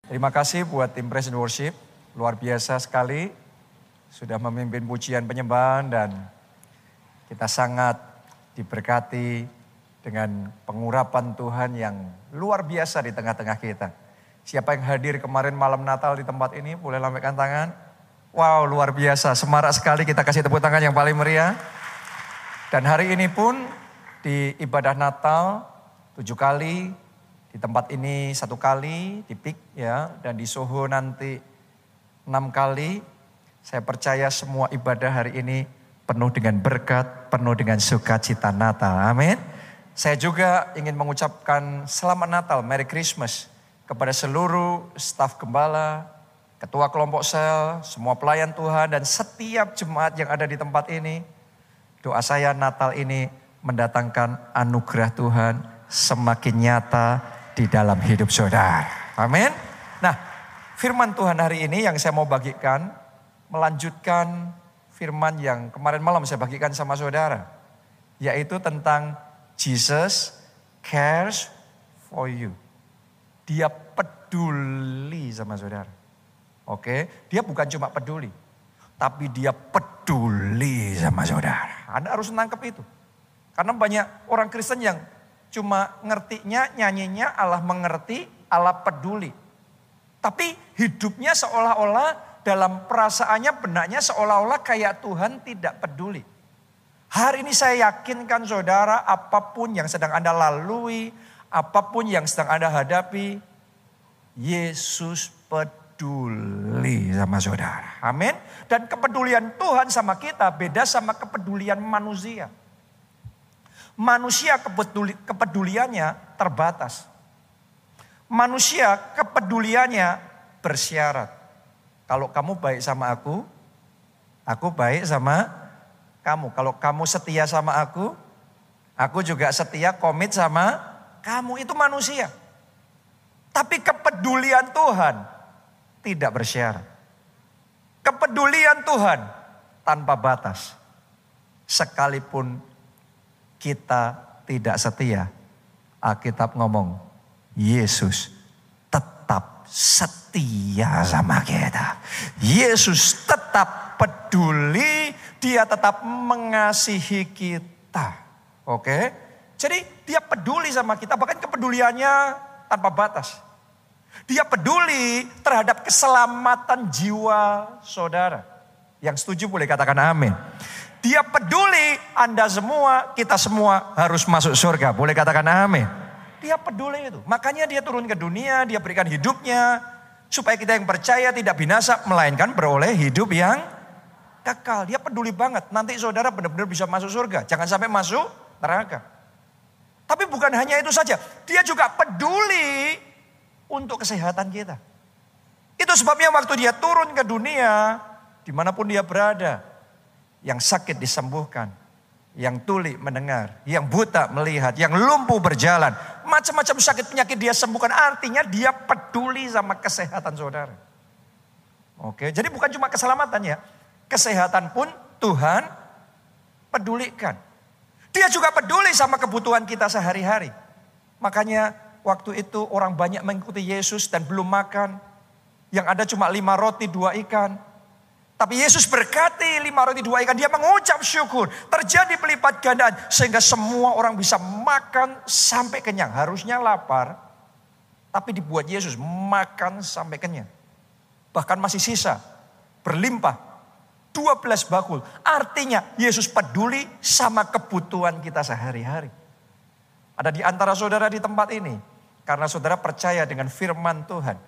Terima kasih buat tim Praise and Worship, luar biasa sekali sudah memimpin pujian penyembahan dan kita sangat diberkati dengan pengurapan Tuhan yang luar biasa di tengah-tengah kita. Siapa yang hadir kemarin malam Natal di tempat ini boleh lambaikan tangan. Wow, luar biasa, semarak sekali, kita kasih tepuk tangan yang paling meriah. Dan hari ini pun di ibadah Natal 7 kali, di tempat ini 1 kali, di PIK ya, dan di Soho nanti 6 kali. Saya percaya semua ibadah hari ini penuh dengan berkat, penuh dengan sukacita Natal. Amin. Saya juga ingin mengucapkan selamat Natal, Merry Christmas kepada seluruh staf gembala, ketua kelompok sel, semua pelayan Tuhan dan setiap jemaat yang ada di tempat ini. Doa saya Natal ini mendatangkan anugerah Tuhan semakin nyata di dalam hidup saudara. Amin. Nah, firman Tuhan hari ini yang saya mau bagikan melanjutkan firman yang kemarin malam saya bagikan sama saudara, yaitu tentang Jesus cares for you. Dia peduli sama saudara. Oke, dia bukan cuma peduli, tapi dia peduli sama saudara. Anda harus nangkep itu. Karena banyak orang Kristen yang cuma ngertinya, nyanyinya Allah mengerti, Allah peduli. Tapi hidupnya seolah-olah dalam perasaannya, benaknya seolah-olah kayak Tuhan tidak peduli. Hari ini saya yakinkan saudara, apapun yang sedang Anda lalui, apapun yang sedang Anda hadapi, Yesus peduli sama saudara. Amin. Dan kepedulian Tuhan sama kita beda sama kepedulian manusia. Manusia kepeduliannya terbatas. Manusia kepeduliannya bersyarat. Kalau kamu baik sama aku baik sama kamu. Kalau kamu setia sama aku juga setia komit sama kamu. Itu manusia. Tapi kepedulian Tuhan tidak bersyarat. Kepedulian Tuhan tanpa batas. Sekalipun kita tidak setia, Alkitab ngomong, Yesus tetap setia sama kita. Yesus tetap peduli, dia tetap mengasihi kita. Oke? Jadi dia peduli sama kita, bahkan kepeduliannya tanpa batas. Dia peduli terhadap keselamatan jiwa saudara. Yang setuju boleh katakan amin. Dia peduli Anda semua, kita semua harus masuk surga. Boleh katakan amin. Dia peduli itu. Makanya dia turun ke dunia, dia berikan hidupnya. Supaya kita yang percaya tidak binasa, melainkan beroleh hidup yang kekal. Dia peduli banget. Nanti saudara benar-benar bisa masuk surga. Jangan sampai masuk neraka. Tapi bukan hanya itu saja. Dia juga peduli untuk kesehatan kita. Itu sebabnya waktu dia turun ke dunia, dimanapun dia berada, yang sakit disembuhkan, yang tuli mendengar, yang buta melihat, yang lumpuh berjalan. Macam-macam sakit penyakit dia sembuhkan. Artinya dia peduli sama kesehatan saudara. Oke, jadi bukan cuma keselamatan ya. Kesehatan pun Tuhan pedulikan. Dia juga peduli sama kebutuhan kita sehari-hari. Makanya waktu itu orang banyak mengikuti Yesus dan belum makan. Yang ada cuma 5 roti 2 ikan. Tapi Yesus berkati 5 roti 2 ikan. Dia mengucap syukur. Terjadi pelipat gandaan. Sehingga semua orang bisa makan sampai kenyang. Harusnya lapar. Tapi dibuat Yesus makan sampai kenyang. Bahkan masih sisa. Berlimpah. 12 bakul. Artinya Yesus peduli sama kebutuhan kita sehari-hari. Ada di antara saudara di tempat ini. Karena saudara percaya dengan firman Tuhan.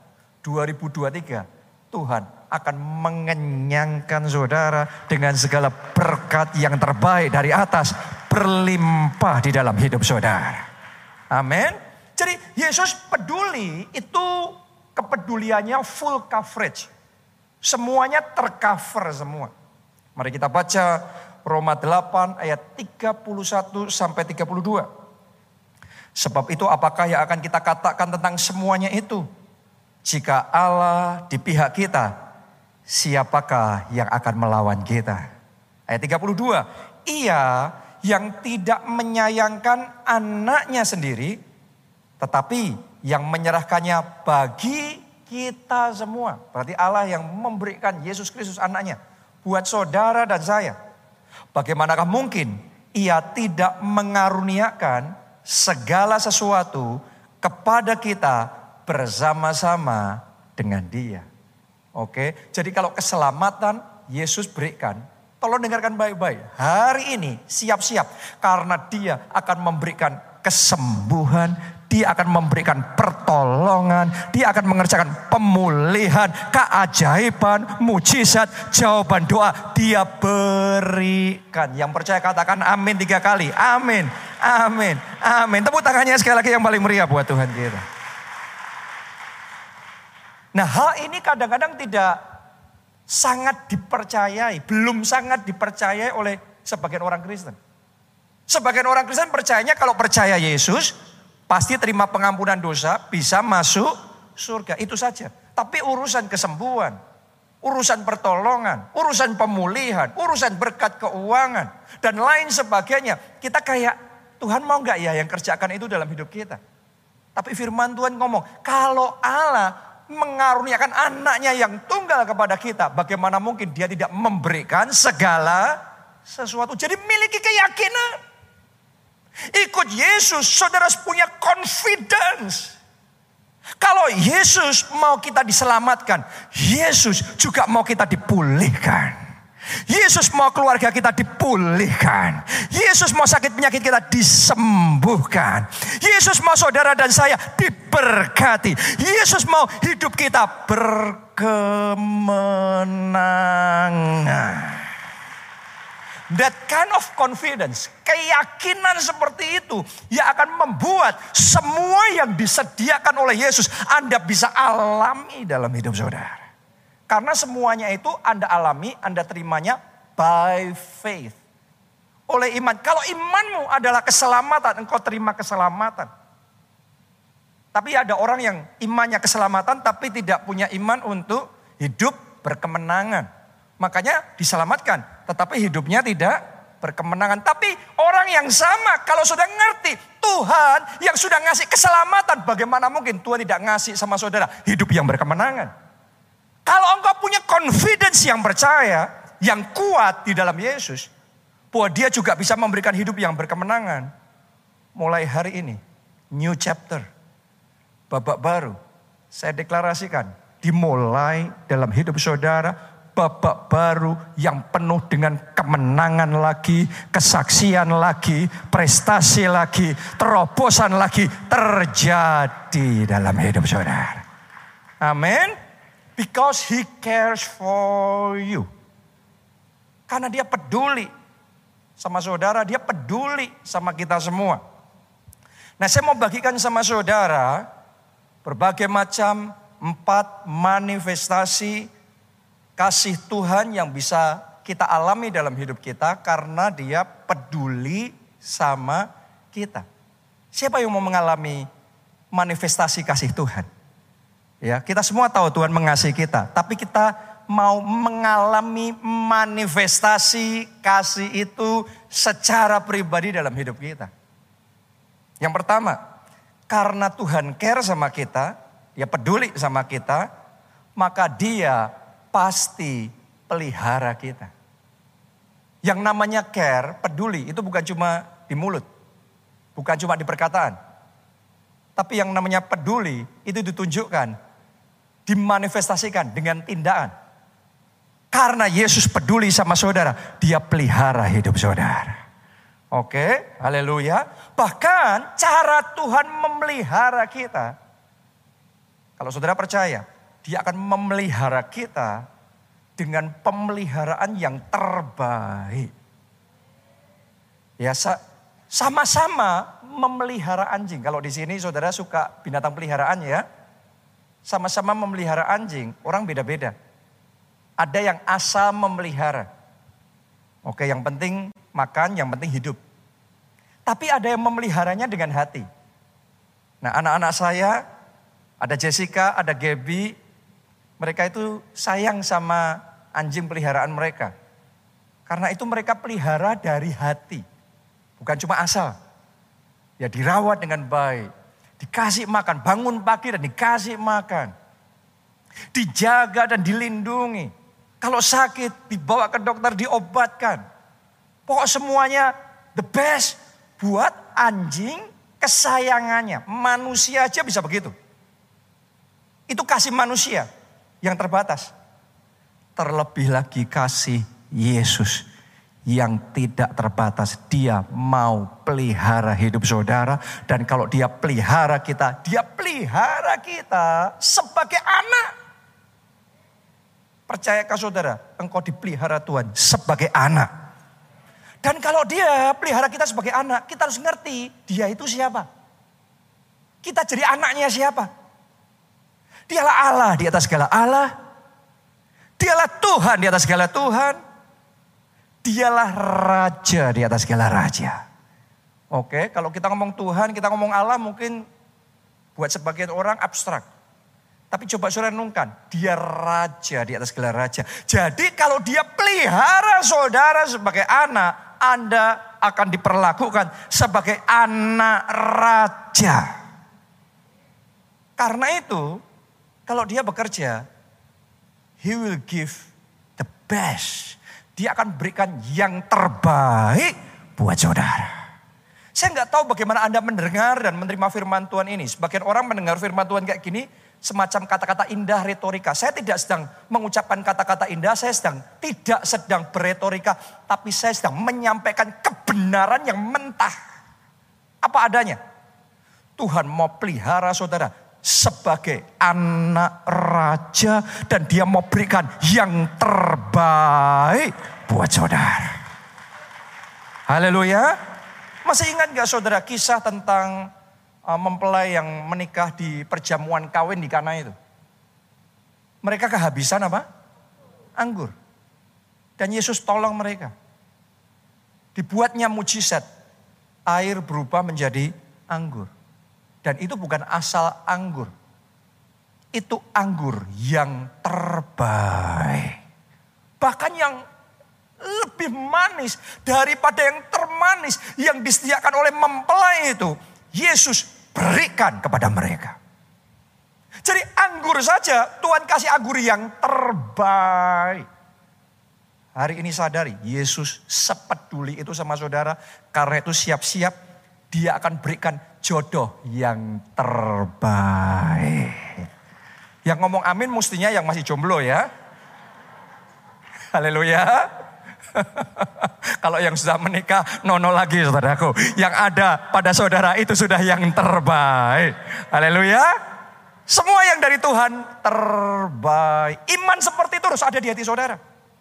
2023 Tuhan akan mengenyangkan saudara dengan segala berkat yang terbaik dari atas. Berlimpah di dalam hidup saudara. Amin. Jadi Yesus peduli itu kepeduliannya full coverage. Semuanya tercover semua. Mari kita baca Roma 8 ayat 31 sampai 32. Sebab itu apakah yang akan kita katakan tentang semuanya itu? Jika Allah di pihak kita, siapakah yang akan melawan kita? Ayat 32. Ia yang tidak menyayangkan anaknya sendiri, tetapi yang menyerahkannya bagi kita semua. Berarti Allah yang memberikan Yesus Kristus anaknya buat saudara dan saya. Bagaimanakah mungkin ia tidak mengaruniakan segala sesuatu kepada kita bersama-sama dengan dia. Oke, jadi kalau keselamatan Yesus berikan, tolong dengarkan baik-baik. Hari ini siap-siap karena dia akan memberikan kesembuhan, dia akan memberikan pertolongan, dia akan mengerjakan pemulihan, keajaiban, mujizat, jawaban doa dia berikan. Yang percaya katakan amin 3 kali. Amin, amin, amin. Tepuk tangannya sekali lagi yang paling meriah buat Tuhan kita. Nah, hal ini kadang-kadang tidak sangat dipercayai, belum sangat dipercayai oleh sebagian orang Kristen. Sebagian orang Kristen percayanya kalau percaya Yesus, pasti terima pengampunan dosa, bisa masuk surga. Itu saja. Tapi urusan kesembuhan, urusan pertolongan, urusan pemulihan, urusan berkat keuangan, dan lain sebagainya. Kita kayak, Tuhan mau gak ya yang kerjakan itu dalam hidup kita? Tapi firman Tuhan ngomong, kalau Allah mengaruniakan anaknya yang tunggal kepada kita, bagaimana mungkin dia tidak memberikan segala sesuatu. Jadi miliki keyakinan. Ikut Yesus, saudara punya confidence. Kalau Yesus mau kita diselamatkan, Yesus juga mau kita dipulihkan. Yesus mau keluarga kita dipulihkan. Yesus mau sakit penyakit kita disembuhkan. Yesus mau saudara dan saya diberkati. Yesus mau hidup kita berkemenangan. That kind of confidence, keyakinan seperti itu yang akan membuat semua yang disediakan oleh Yesus Anda bisa alami dalam hidup saudara. Karena semuanya itu Anda alami, Anda terimanya by faith. Oleh iman. Kalau imanmu adalah keselamatan, engkau terima keselamatan. Tapi ada orang yang imannya keselamatan tapi tidak punya iman untuk hidup berkemenangan. Makanya diselamatkan, tetapi hidupnya tidak berkemenangan. Tapi orang yang sama, kalau sudah ngerti Tuhan yang sudah ngasih keselamatan, bagaimana mungkin Tuhan tidak ngasih sama saudara hidup yang berkemenangan? Kalau engkau punya confidence yang percaya, yang kuat di dalam Yesus, bahwa dia juga bisa memberikan hidup yang berkemenangan. Mulai hari ini, new chapter, babak baru, saya deklarasikan, dimulai dalam hidup saudara, babak baru yang penuh dengan kemenangan lagi, kesaksian lagi, prestasi lagi, terobosan lagi terjadi dalam hidup saudara. Amin. Because he cares for you. Karena dia peduli sama saudara, dia peduli sama kita semua. Nah, saya mau bagikan sama saudara berbagai macam 4 manifestasi kasih Tuhan yang bisa kita alami dalam hidup kita karena dia peduli sama kita. Siapa yang mau mengalami manifestasi kasih Tuhan? Ya, kita semua tahu Tuhan mengasihi kita, tapi kita mau mengalami manifestasi kasih itu secara pribadi dalam hidup kita. Yang pertama, karena Tuhan care sama kita, dia peduli sama kita, maka dia pasti pelihara kita. Yang namanya care, peduli, itu bukan cuma di mulut, bukan cuma di perkataan. Tapi yang namanya peduli itu ditunjukkan, dimanifestasikan dengan tindakan. Karena Yesus peduli sama saudara, dia pelihara hidup saudara. Oke, haleluya. Bahkan cara Tuhan memelihara kita, kalau saudara percaya, dia akan memelihara kita dengan pemeliharaan yang terbaik. Ya, sama-sama memelihara anjing. Kalau di sini saudara suka binatang peliharaan ya, sama-sama memelihara anjing, orang beda-beda. Ada yang asal memelihara. Oke, yang penting makan, yang penting hidup. Tapi ada yang memeliharanya dengan hati. Nah, anak-anak saya, ada Jessica, ada Gaby, mereka itu sayang sama anjing peliharaan mereka. Karena itu mereka pelihara dari hati. Bukan cuma asal. Ya dirawat dengan baik. Dikasih makan, bangun pagi dan dikasih makan. dijaga dan dilindungi. Kalau sakit, dibawa ke dokter, diobatkan. Pokok semuanya the best buat anjing kesayangannya. Manusia aja bisa begitu. Itu kasih manusia yang terbatas. Terlebih lagi kasih Yesus yang tidak terbatas. Dia mau pelihara hidup saudara. Dan kalau dia pelihara kita sebagai anak. Percayakah saudara, engkau dipelihara Tuhan sebagai anak. Dan kalau dia pelihara kita sebagai anak, kita harus ngerti dia itu siapa. Kita jadi anaknya siapa. Dialah Allah di atas segala Allah. Dialah Tuhan di atas segala Tuhan. Dialah Raja di atas segala Raja. Oke, kalau kita ngomong Tuhan, kita ngomong Allah mungkin buat sebagian orang abstrak. Tapi coba saudara renungkan, dia raja di atas segala raja. Jadi kalau dia pelihara saudara sebagai anak, Anda akan diperlakukan sebagai anak raja. Karena itu, kalau dia bekerja, he will give the best. Dia akan berikan yang terbaik buat saudara. Saya nggak tahu bagaimana Anda mendengar dan menerima firman Tuhan ini. Sebagian orang mendengar firman Tuhan kayak gini, semacam kata-kata indah retorika. Saya tidak sedang mengucapkan kata-kata indah, saya tidak sedang beretorika. Tapi saya sedang menyampaikan kebenaran yang mentah. Apa adanya. Tuhan mau pelihara saudara sebagai anak raja. Dan dia mau berikan yang terbaik buat saudara. Haleluya. Masih ingat gak saudara kisah tentang mempelai yang menikah di perjamuan kawin di Kana itu? Mereka kehabisan apa? Anggur. Dan Yesus tolong mereka. Dibuatnya mujizat. Air berubah menjadi anggur. Dan itu bukan asal anggur. Itu anggur yang terbaik. Bahkan yang lebih manis daripada yang termanis yang disediakan oleh mempelai itu. Yesus berikan kepada mereka. Jadi anggur saja Tuhan kasih anggur yang terbaik. Hari ini sadari Yesus sepeduli itu sama saudara. Karena itu siap-siap dia akan berikan jodoh yang terbaik. Yang ngomong amin mestinya yang masih jomblo ya. Haleluya. Kalau yang sudah menikah, nono lagi saudaraku. Yang ada pada saudara itu sudah yang terbaik. Haleluya. Semua yang dari Tuhan terbaik. Iman seperti itu harus ada di hati saudara.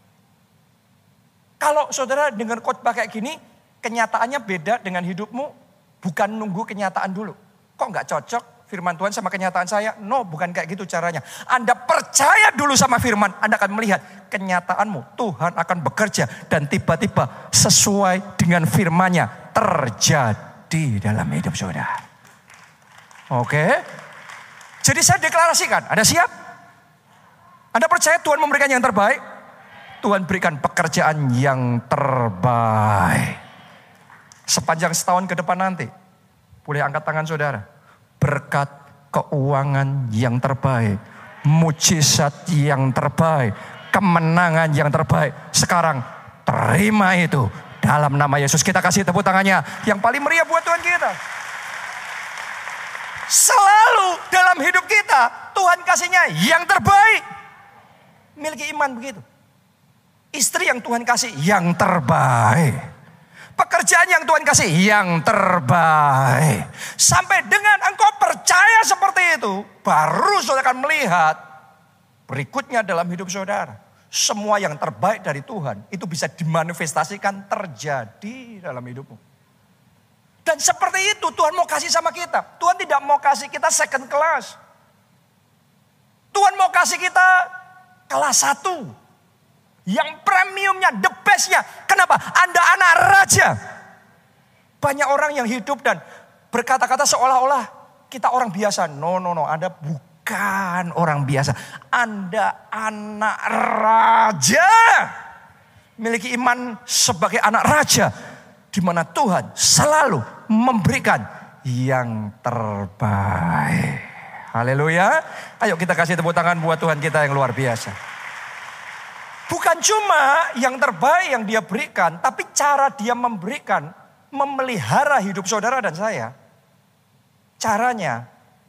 Kalau saudara dengar khotbah kayak gini, kenyataannya beda dengan hidupmu. Bukan nunggu kenyataan dulu. Kok gak cocok firman Tuhan sama kenyataan saya? No, bukan kayak gitu caranya. Anda percaya dulu sama firman, Anda akan melihat kenyataanmu. Tuhan akan bekerja dan tiba-tiba sesuai dengan firman-Nya terjadi dalam hidup saudara. Oke. Jadi saya deklarasikan, Anda siap? Anda percaya Tuhan memberikan yang terbaik? Tuhan berikan pekerjaan yang terbaik. Sepanjang setahun ke depan nanti, boleh angkat tangan saudara. Berkat keuangan yang terbaik, mujizat yang terbaik, kemenangan yang terbaik. Sekarang terima itu dalam nama Yesus. Kita kasih tepuk tangannya yang paling meriah buat Tuhan kita. Selalu dalam hidup kita Tuhan kasihnya yang terbaik. Miliki iman begitu. Istri yang Tuhan kasih yang terbaik. Pekerjaan yang Tuhan kasih yang terbaik. Sampai dengan engkau percaya seperti itu, baru saudara akan melihat berikutnya dalam hidup saudara. Semua yang terbaik dari Tuhan itu bisa dimanifestasikan terjadi dalam hidupmu. Dan seperti itu Tuhan mau kasih sama kita. Tuhan tidak mau kasih kita second class. Tuhan mau kasih kita kelas 1. Yang premiumnya, the bestnya. Kenapa? Anda anak raja. Banyak orang yang hidup dan berkata-kata seolah-olah kita orang biasa. No. Anda bukan orang biasa. Anda anak raja. Miliki iman sebagai anak raja. Di mana Tuhan selalu memberikan yang terbaik. Haleluya. Ayo kita kasih tepuk tangan buat Tuhan kita yang luar biasa. Bukan cuma yang terbaik yang dia berikan, tapi cara dia memberikan, memelihara hidup saudara dan saya. Caranya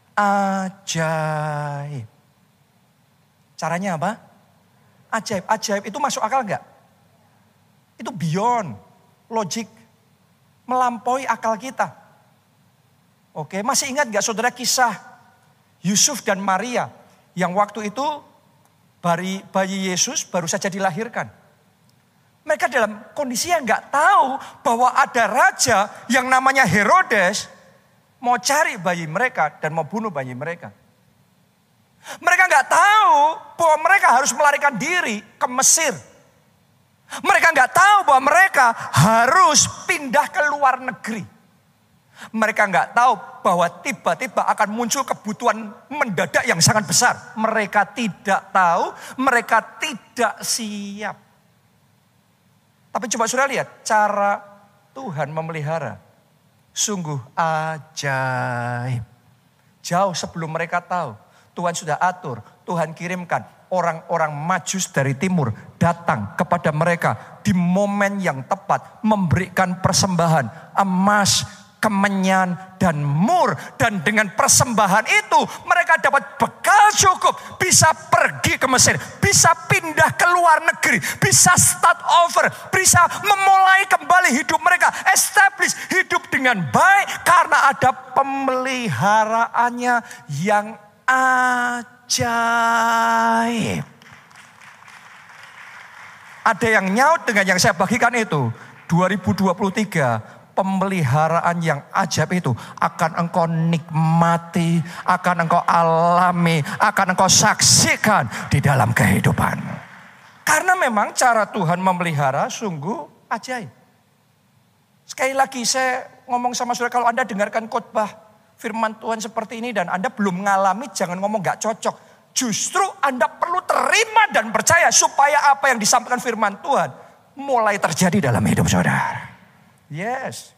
ajaib. Caranya apa? Ajaib. Ajaib itu masuk akal enggak? Itu beyond logik. Melampaui akal kita. Oke, masih ingat enggak saudara kisah Yusuf dan Maria yang waktu itu bayi Yesus baru saja dilahirkan. Mereka dalam kondisi yang nggak tahu bahwa ada raja yang namanya Herodes mau cari bayi mereka dan mau bunuh bayi mereka. Mereka nggak tahu bahwa mereka harus melarikan diri ke Mesir. Mereka nggak tahu bahwa mereka harus pindah ke luar negeri. Mereka nggak tahu bahwa tiba-tiba akan muncul kebutuhan mendadak yang sangat besar. Mereka tidak tahu, mereka tidak siap. Tapi coba saudara lihat cara Tuhan memelihara. Sungguh ajaib. Jauh sebelum mereka tahu, Tuhan sudah atur, Tuhan kirimkan orang-orang Majus dari timur datang kepada mereka di momen yang tepat, memberikan persembahan emas, kemenyan dan mur, dan dengan persembahan itu mereka dapat bekal cukup, bisa pergi ke Mesir, bisa pindah ke luar negeri, bisa start over, bisa memulai kembali hidup mereka, establish hidup dengan baik karena ada pemeliharaannya yang ajaib. Ada yang nyaut dengan yang saya bagikan itu. 2023 pemeliharaan yang ajaib itu akan engkau nikmati, akan engkau alami, akan engkau saksikan di dalam kehidupan. Karena memang cara Tuhan memelihara sungguh ajaib. Sekali lagi saya ngomong sama saudara, kalau Anda dengarkan khotbah firman Tuhan seperti ini dan Anda belum mengalami, jangan ngomong gak cocok. Justru Anda perlu terima dan percaya supaya apa yang disampaikan firman Tuhan mulai terjadi dalam hidup saudara. Yes.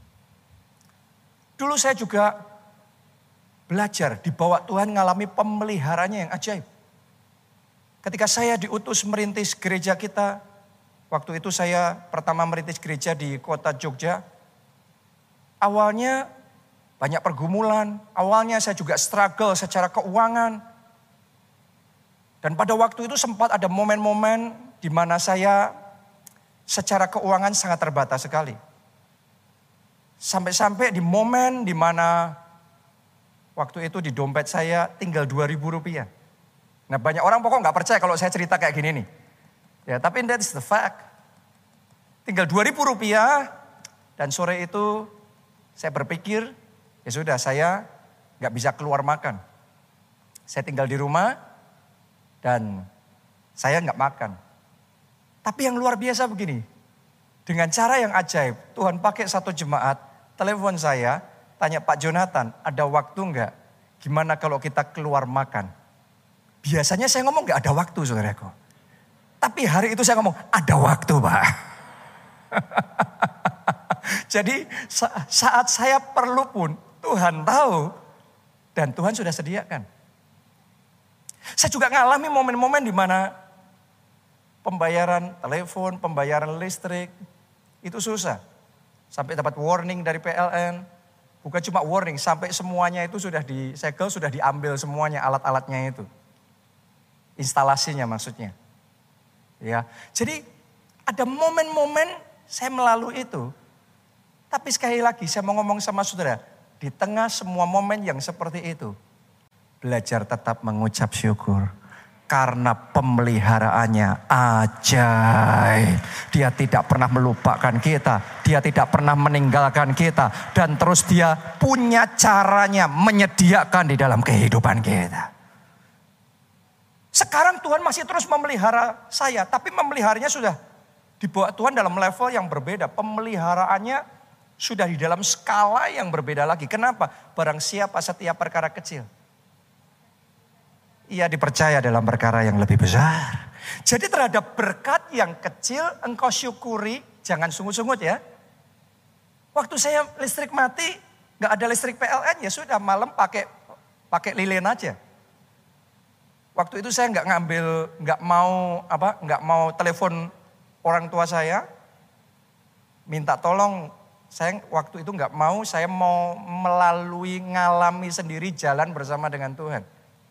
Dulu saya juga belajar dibawa Tuhan ngalami pemeliharanya yang ajaib. Ketika saya diutus merintis gereja kita, waktu itu saya pertama merintis gereja di kota Jogja. Awalnya banyak pergumulan, awalnya saya juga struggle secara keuangan. Dan pada waktu itu sempat ada momen-momen di mana saya secara keuangan sangat terbatas sekali. Sampai-sampai di momen di mana waktu itu di dompet saya tinggal 2.000 rupiah. Nah banyak orang pokok gak percaya kalau saya cerita kayak gini nih. Ya tapi that is the fact. Tinggal 2.000 rupiah dan sore itu saya berpikir ya sudah saya gak bisa keluar makan. Saya tinggal di rumah dan saya gak makan. Tapi yang luar biasa begini. Dengan cara yang ajaib Tuhan pakai satu jemaat. Telepon saya, tanya Pak Jonathan, ada waktu enggak? Gimana kalau kita keluar makan? Biasanya saya ngomong enggak ada waktu saudaraku. Tapi hari itu saya ngomong, ada waktu Pak. Jadi saat saya perlu pun Tuhan tahu dan Tuhan sudah sediakan. Saya juga ngalami momen-momen di mana pembayaran telepon, pembayaran listrik itu susah. Sampai dapat warning dari PLN. Bukan cuma warning, sampai semuanya itu sudah disegel, sudah diambil semuanya alat-alatnya itu. Instalasinya maksudnya. Ya. Jadi ada momen-momen saya melalui itu. Tapi sekali lagi saya mau ngomong sama saudara. Di tengah semua momen yang seperti itu. Belajar tetap mengucap syukur. Karena pemeliharaannya ajaib. Dia tidak pernah melupakan kita. Dia tidak pernah meninggalkan kita. Dan terus dia punya caranya menyediakan di dalam kehidupan kita. Sekarang Tuhan masih terus memelihara saya. Tapi memeliharanya sudah dibawa Tuhan dalam level yang berbeda. Pemeliharaannya sudah di dalam skala yang berbeda lagi. Kenapa? Barang siapa setiap perkara kecil. Ia dipercaya dalam perkara yang lebih besar. Jadi terhadap berkat yang kecil engkau syukuri, jangan sungut-sungut ya. Waktu saya listrik mati, gak ada listrik PLN ya sudah malam pakai pakai lilin aja. Waktu itu saya nggak mau telepon orang tua saya, minta tolong. Saya waktu itu nggak mau, saya mau ngalami sendiri jalan bersama dengan Tuhan.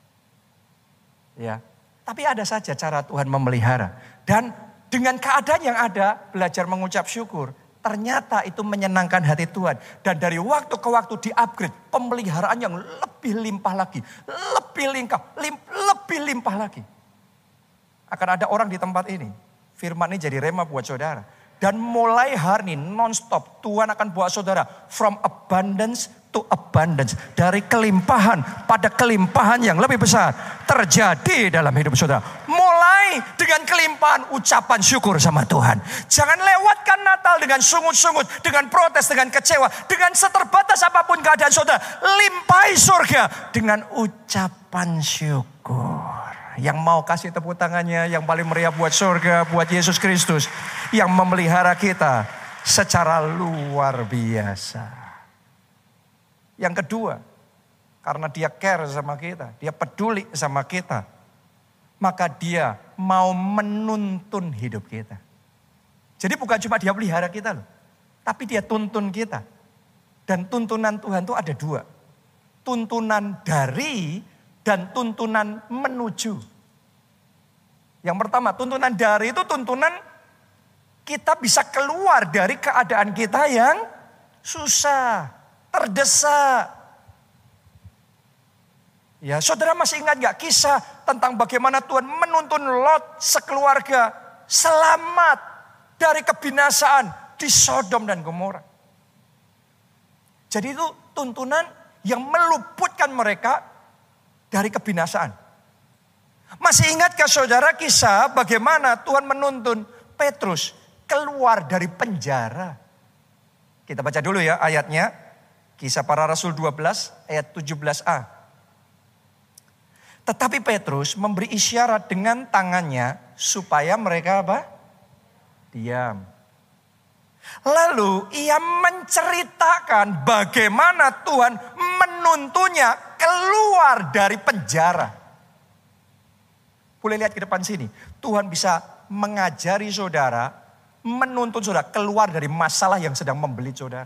Ya, tapi ada saja cara Tuhan memelihara. Dan dengan keadaan yang ada, belajar mengucap syukur. Ternyata itu menyenangkan hati Tuhan. Dan dari waktu ke waktu di-upgrade, pemeliharaan yang lebih limpah lagi. Lebih limpah lagi. Akan ada orang di tempat ini, firman ini jadi rema buat saudara. Dan mulai hari ini non-stop Tuhan akan buat saudara from abundance to abundance. Dari kelimpahan pada kelimpahan yang lebih besar terjadi dalam hidup saudara. Mulai dengan kelimpahan ucapan syukur sama Tuhan. Jangan lewatkan Natal dengan sungut-sungut, dengan protes, dengan kecewa, dengan seterbatas apapun keadaan saudara. Limpahi surga dengan ucapan syukur. Yang mau kasih tepuk tangannya yang paling meriah buat surga, buat Yesus Kristus. Yang memelihara kita secara luar biasa. Yang kedua, karena dia care sama kita, dia peduli sama kita. Maka dia mau menuntun hidup kita. Jadi bukan cuma dia pelihara kita loh. Tapi dia tuntun kita. Dan tuntunan Tuhan itu ada dua. Tuntunan dari dan tuntunan menuju. Yang pertama, tuntunan dari itu tuntunan kita bisa keluar dari keadaan kita yang susah, terdesak. Ya, saudara masih ingat gak kisah tentang bagaimana Tuhan menuntun Lot sekeluarga selamat dari kebinasaan di Sodom dan Gomora. Jadi itu tuntunan yang meluputkan mereka dari kebinasaan. Masih ingatkah saudara kisah bagaimana Tuhan menuntun Petrus keluar dari penjara? Kita baca dulu ya ayatnya. Kisah Para Rasul 12 ayat 17a. Tetapi Petrus memberi isyarat dengan tangannya supaya mereka apa? Diam. Lalu ia menceritakan bagaimana Tuhan menuntunnya keluar dari penjara. Boleh lihat ke depan sini. Tuhan bisa mengajari saudara, menuntun saudara keluar dari masalah yang sedang membelit saudara.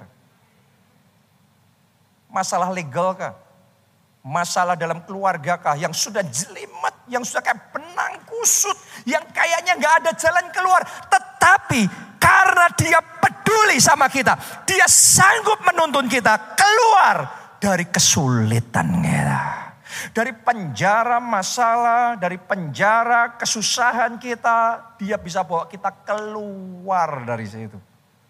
Masalah legal kah? Masalah dalam keluarga kah? Yang sudah jelimet, yang sudah kayak benang kusut, yang kayaknya gak ada jalan keluar. Tetapi karena dia peduli sama kita, dia sanggup menuntun kita keluar dari kesulitan kita. Dari penjara masalah, dari penjara kesusahan kita, dia bisa bawa kita keluar dari situ.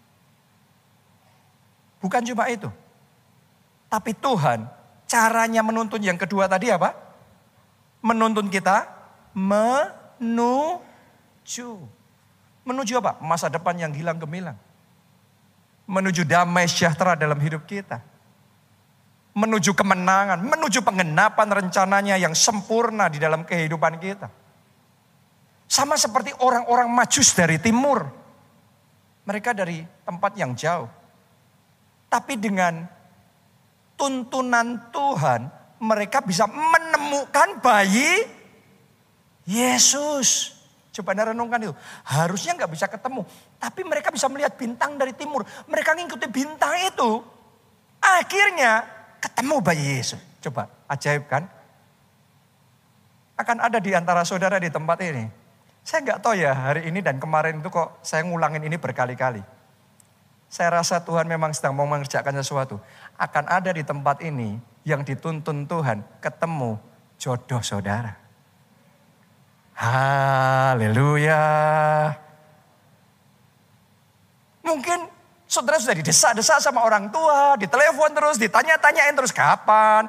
Bukan cuma itu. Tapi Tuhan caranya menuntun yang kedua tadi apa? Menuntun kita menuju. Menuju apa? Masa depan yang hilang gemilang. Menuju damai sejahtera dalam hidup kita. Menuju kemenangan, menuju penggenapan rencananya yang sempurna di dalam kehidupan kita. Sama seperti orang-orang Majus dari timur. Mereka dari tempat yang jauh. Tapi dengan tuntunan Tuhan, mereka bisa menemukan bayi Yesus. Coba Anda renungkan itu. Harusnya gak bisa ketemu. Tapi mereka bisa melihat bintang dari timur. Mereka ngikuti bintang itu. Akhirnya ketemu bayi Yesus. Coba, ajaib kan? Akan ada di antara saudara di tempat ini. Saya nggak tahu ya hari ini dan kemarin itu kok saya ngulangin ini berkali-kali. Saya rasa Tuhan memang sedang mau mengerjakan sesuatu. Akan ada di tempat ini yang dituntun Tuhan ketemu jodoh saudara. Haleluya. Mungkin saudara sudah didesak-desak sama orang tua, ditelepon terus, ditanya-tanyain terus kapan.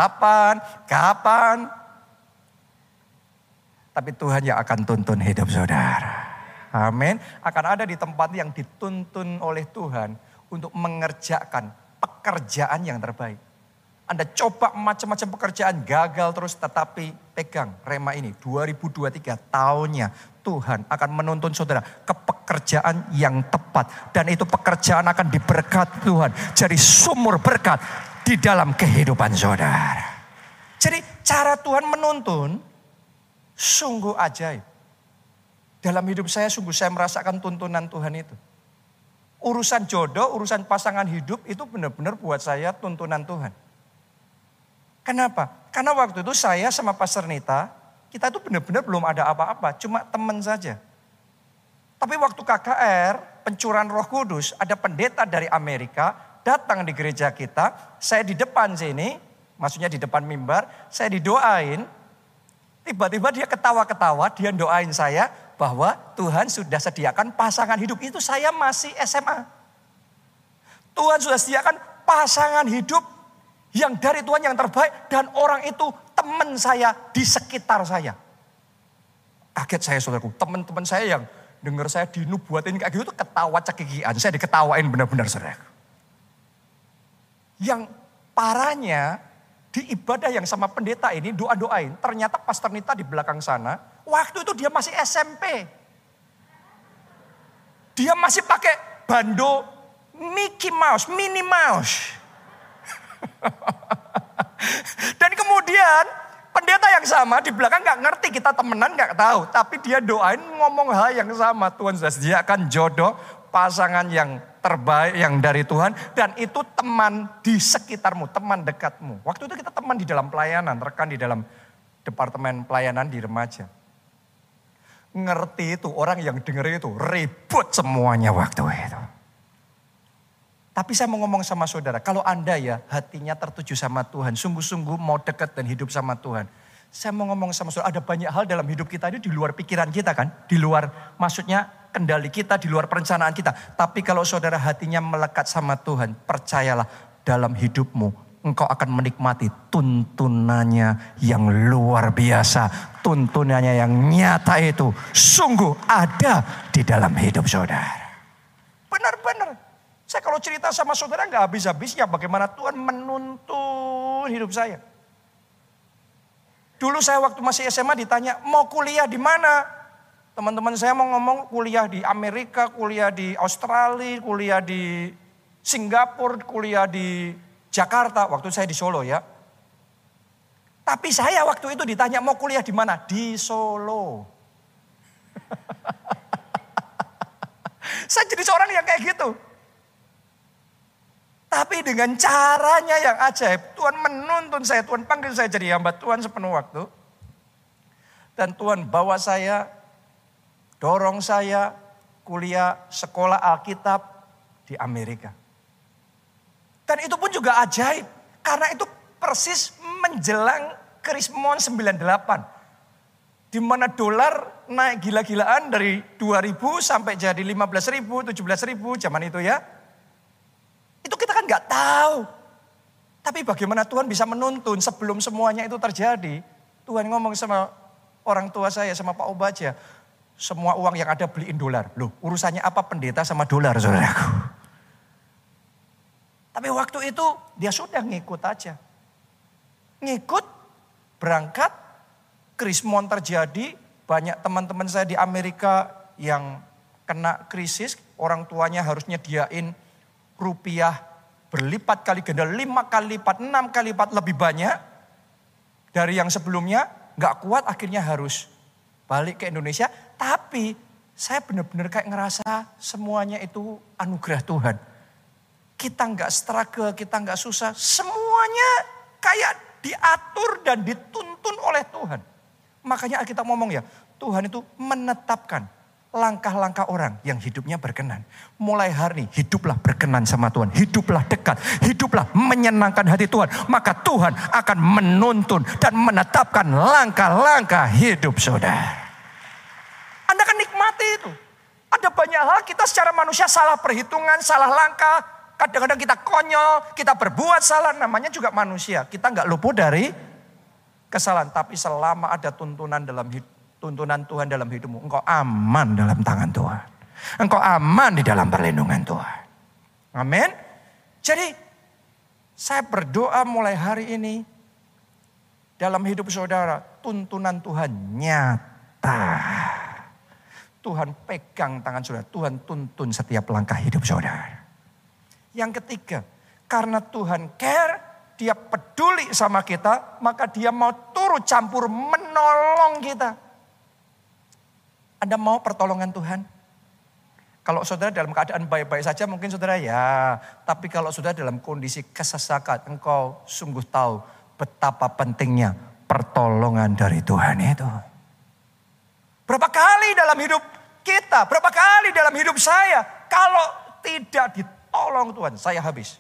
Tapi Tuhan yang akan tuntun hidup saudara. Amin. Akan ada di tempat yang dituntun oleh Tuhan untuk mengerjakan pekerjaan yang terbaik. Anda coba macam-macam pekerjaan gagal terus, tetapi pegang rema ini 2023 tahunnya Tuhan akan menuntun saudara ke pekerjaan yang tepat. Dan itu pekerjaan akan diberkati Tuhan. Jadi sumur berkat di dalam kehidupan saudara. Jadi cara Tuhan menuntun sungguh ajaib. Dalam hidup saya sungguh saya merasakan tuntunan Tuhan itu. Urusan jodoh, urusan pasangan hidup itu benar-benar buat saya tuntunan Tuhan. Kenapa? Karena waktu itu saya sama Pastor Nita, kita itu benar-benar belum ada apa-apa, cuma teman saja. Tapi waktu KKR, pencurahan Roh Kudus, ada pendeta dari Amerika datang di gereja kita, saya di depan sini, maksudnya di depan mimbar, saya didoain. Tiba-tiba dia ketawa-ketawa, dia doain saya bahwa Tuhan sudah sediakan pasangan hidup. Itu saya masih SMA. Tuhan sudah sediakan pasangan hidup yang dari Tuhan yang terbaik. Dan orang itu teman saya di sekitar saya. Kaget saya saudaraku, teman-teman saya yang dengar saya dinubuatin kayak gitu tuh ketawa cekikian. Saya diketawain benar-benar saudaraku. Yang parahnya di ibadah yang sama pendeta ini doa-doain. Ternyata Pastor Nita di belakang sana, waktu itu dia masih SMP. Dia masih pakai bando Mickey Mouse, Minnie Mouse. Dan kemudian pendeta yang sama di belakang gak ngerti, kita temenan gak tahu. Tapi dia doain ngomong hal yang sama. Tuhan sudah sediakan jodoh, pasangan yang terbaik yang dari Tuhan. Dan itu teman di sekitarmu, teman dekatmu. Waktu itu kita teman di dalam pelayanan, rekan di dalam departemen pelayanan di remaja. Ngerti itu, orang yang denger itu ribut semuanya waktu itu. Tapi saya mau ngomong sama saudara, kalau Anda ya hatinya tertuju sama Tuhan, sungguh-sungguh mau dekat dan hidup sama Tuhan. Saya mau ngomong sama saudara, ada banyak hal dalam hidup kita ini di luar pikiran kita kan. Di luar maksudnya kendali kita, di luar perencanaan kita. Tapi kalau saudara hatinya melekat sama Tuhan, percayalah dalam hidupmu engkau akan menikmati tuntunannya yang luar biasa. Tuntunannya yang nyata itu sungguh ada di dalam hidup saudara. Benar-benar. Saya kalau cerita sama saudara gak habis-habisnya bagaimana Tuhan menuntun hidup saya. Dulu saya waktu masih SMA ditanya mau kuliah di mana? Teman-teman saya mau ngomong kuliah di Amerika, kuliah di Australia, kuliah di Singapura, kuliah di Jakarta. Waktu saya di Solo ya. Tapi saya waktu itu ditanya mau kuliah di mana? Di Solo. Saya jadi seorang yang kayak gitu. Tapi dengan caranya yang ajaib, Tuhan menuntun saya, Tuhan panggil saya jadi hamba Tuhan sepenuh waktu. Dan Tuhan bawa saya, dorong saya kuliah sekolah Alkitab di Amerika. Dan itu pun juga ajaib, karena itu persis menjelang Krismon 98. Di mana dolar naik gila-gilaan dari 2.000 sampai jadi 15.000, 17.000 zaman itu ya. Itu kita kan gak tahu. Tapi bagaimana Tuhan bisa menuntun sebelum semuanya itu terjadi. Tuhan ngomong sama orang tua saya, sama Pak Obaja. Semua uang yang ada beliin dolar. Loh urusannya apa pendeta sama dolar saudaraku. Tapi waktu itu dia sudah ngikut aja. Ngikut, berangkat, Krismon terjadi. Banyak teman-teman saya di Amerika yang kena krisis. Orang tuanya harus nyediain rupiah berlipat kali ganda, 5 kali lipat, 6 kali lipat lebih banyak dari yang sebelumnya. Gak kuat akhirnya harus balik ke Indonesia. Tapi saya benar-benar kayak ngerasa semuanya itu anugerah Tuhan. Kita gak struggle, kita gak susah. Semuanya kayak diatur dan dituntun oleh Tuhan. Makanya kita ngomong ya, Tuhan itu menetapkan langkah-langkah orang yang hidupnya berkenan. Mulai hari ini hiduplah berkenan sama Tuhan. Hiduplah dekat. Hiduplah menyenangkan hati Tuhan. Maka Tuhan akan menuntun dan menetapkan langkah-langkah hidup saudara. Anda kan nikmati itu. Ada banyak hal kita secara manusia salah perhitungan, salah langkah. Kadang-kadang kita konyol, kita berbuat salah. Namanya juga manusia. Kita nggak luput dari kesalahan. Tapi selama ada tuntunan dalam hidup, tuntunan Tuhan dalam hidupmu, engkau aman dalam tangan Tuhan. Engkau aman di dalam perlindungan Tuhan. Amin. Jadi saya berdoa mulai hari ini dalam hidup saudara, tuntunan Tuhan nyata. Tuhan pegang tangan saudara, Tuhan tuntun setiap langkah hidup saudara. Yang ketiga, karena Tuhan care, dia peduli sama kita, maka dia mau turut campur menolong kita. Anda mau pertolongan Tuhan? Kalau saudara dalam keadaan baik-baik saja mungkin saudara ya. Tapi kalau saudara dalam kondisi kesesakan, engkau sungguh tahu betapa pentingnya pertolongan dari Tuhan itu. Berapa kali dalam hidup kita, berapa kali dalam hidup saya, kalau tidak ditolong Tuhan, saya habis.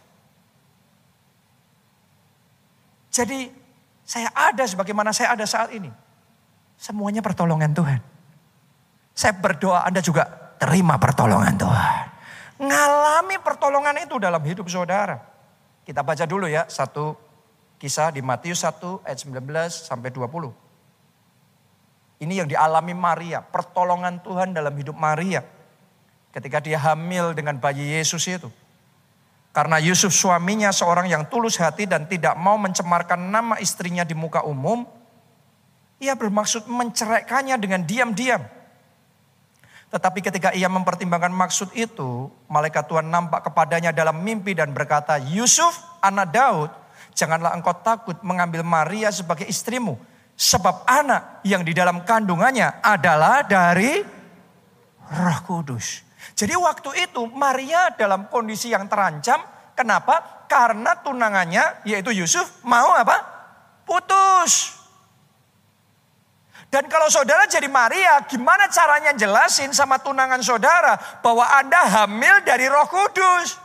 Jadi saya ada sebagaimana saya ada saat ini. Semuanya pertolongan Tuhan. Saya berdoa Anda juga terima pertolongan Tuhan. Ngalami pertolongan itu dalam hidup saudara. Kita baca dulu ya satu kisah di Matius 1 ayat 19 sampai 20. Ini yang dialami Maria, pertolongan Tuhan dalam hidup Maria. Ketika dia hamil dengan bayi Yesus itu. Karena Yusuf suaminya seorang yang tulus hati dan tidak mau mencemarkan nama istrinya di muka umum. Ia bermaksud menceraikannya dengan diam-diam. Tetapi ketika ia mempertimbangkan maksud itu, malaikat Tuhan nampak kepadanya dalam mimpi dan berkata, Yusuf anak Daud, janganlah engkau takut mengambil Maria sebagai istrimu. Sebab anak yang di dalam kandungannya adalah dari Roh Kudus. Jadi waktu itu Maria dalam kondisi yang terancam. Kenapa? Karena tunangannya yaitu Yusuf mau apa? Putus. Dan kalau saudara jadi Maria, gimana caranya jelasin sama tunangan saudara bahwa Anda hamil dari Roh Kudus?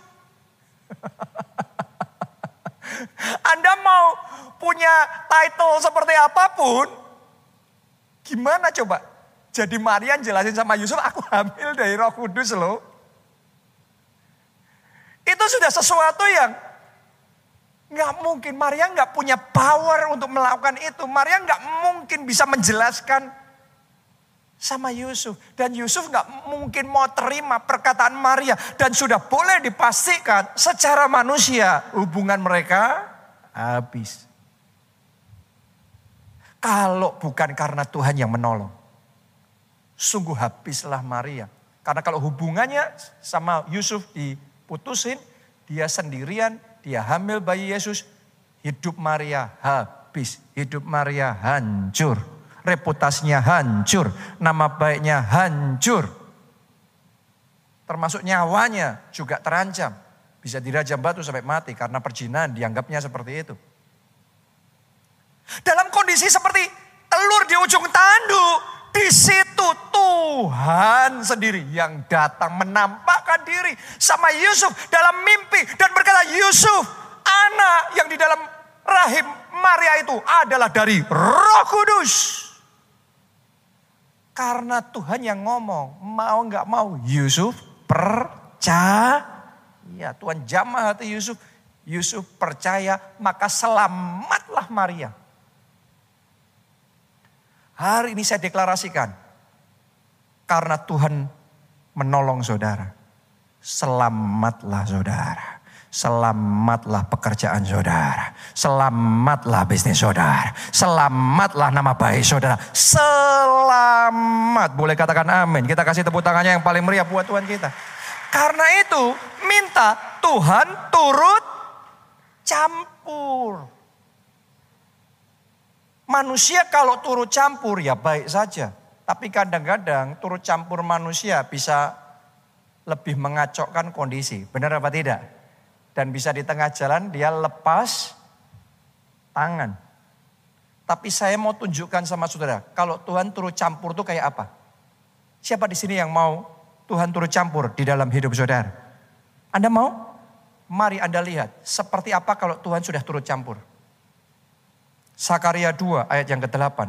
Anda mau punya title seperti apapun, gimana coba? Jadi Maria jelasin sama Yusuf, aku hamil dari Roh Kudus loh. Itu sudah sesuatu yang gak mungkin. Maria gak punya power untuk melakukan itu. Maria gak mungkin bisa menjelaskan sama Yusuf. Dan Yusuf gak mungkin mau terima perkataan Maria. Dan sudah boleh dipastikan secara manusia hubungan mereka habis. Kalau bukan karena Tuhan yang menolong. Sungguh habislah Maria. Karena kalau hubungannya sama Yusuf diputusin, dia sendirian, dia hamil bayi Yesus, hidup Maria habis. Hidup Maria hancur. Reputasinya hancur. Nama baiknya hancur. Termasuk nyawanya juga terancam. Bisa dirajam batu sampai mati karena perzinahan dianggapnya seperti itu. Dalam kondisi seperti telur di ujung tanduk. Di situ Tuhan sendiri yang datang menampakkan diri sama Yusuf dalam mimpi. Dan berkata, Yusuf anak yang di dalam rahim Maria itu adalah dari Roh Kudus. Karena Tuhan yang ngomong, mau gak mau Yusuf percaya. Tuhan jamah hati Yusuf. Yusuf percaya, maka selamatlah Maria. Hari ini saya deklarasikan, karena Tuhan menolong saudara, selamatlah saudara, selamatlah pekerjaan saudara, selamatlah bisnis saudara, selamatlah nama baik saudara, selamat. Boleh katakan amin, kita kasih tepuk tangannya yang paling meriah buat Tuhan kita. Karena itu minta Tuhan turut campur. Manusia kalau turut campur ya baik saja. Tapi kadang-kadang turut campur manusia bisa lebih mengacaukan kondisi. Benar apa tidak? Dan bisa di tengah jalan dia lepas tangan. Tapi saya mau tunjukkan sama saudara. Kalau Tuhan turut campur itu kayak apa? Siapa di sini yang mau Tuhan turut campur di dalam hidup saudara? Anda mau? Mari Anda lihat. Seperti apa kalau Tuhan sudah turut campur? Sakaria 2 ayat yang ke-8.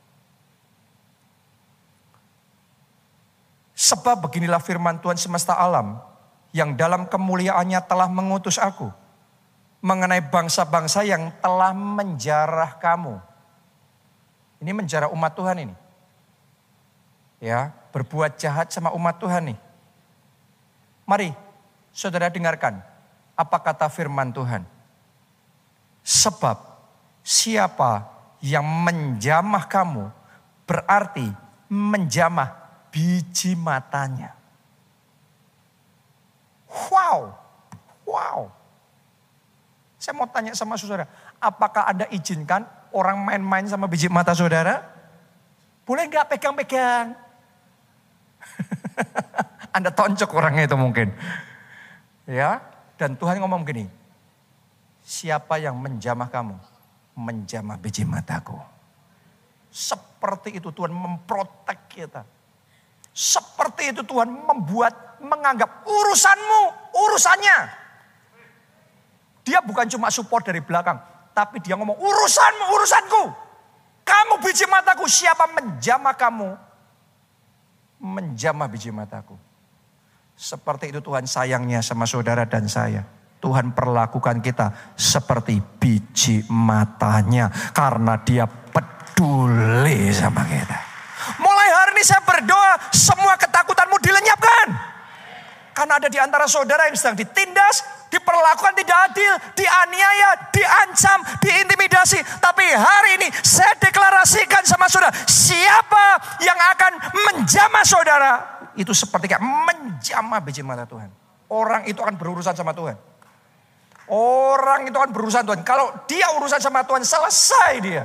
Sebab beginilah firman Tuhan semesta alam yang dalam kemuliaannya telah mengutus aku mengenai bangsa-bangsa yang telah menjarah kamu. Ini menjarah umat Tuhan ini. Ya, berbuat jahat sama umat Tuhan nih. Mari saudara dengarkan apa kata firman Tuhan. Sebab siapa yang menjamah kamu berarti menjamah biji matanya. Wow. Saya mau tanya sama saudara, apakah Anda izinkan orang main-main sama biji mata saudara? Boleh nggak pegang-pegang? Anda tonjok orangnya itu mungkin. Ya, dan Tuhan ngomong gini, siapa yang menjamah kamu? Menjamah biji mataku. Seperti itu Tuhan memprotek kita. Seperti itu Tuhan menganggap urusanmu, urusannya. Dia bukan cuma support dari belakang, tapi dia ngomong urusanmu, urusanku. Kamu biji mataku, siapa menjamah kamu? Menjamah biji mataku. Seperti itu Tuhan sayangnya sama saudara dan saya. Tuhan perlakukan kita seperti biji matanya. Karena dia peduli sama kita. Mulai hari ini saya berdoa semua ketakutanmu dilenyapkan. Karena ada di antara saudara yang sedang ditindas, diperlakukan tidak adil, dianiaya, diancam, diintimidasi. Tapi hari ini saya deklarasikan sama saudara, siapa yang akan menjamah saudara, itu seperti kayak menjamah biji mata Tuhan. Orang itu akan berurusan sama Tuhan. Orang itu akan berurusan Tuhan. Kalau dia urusan sama Tuhan, selesai dia.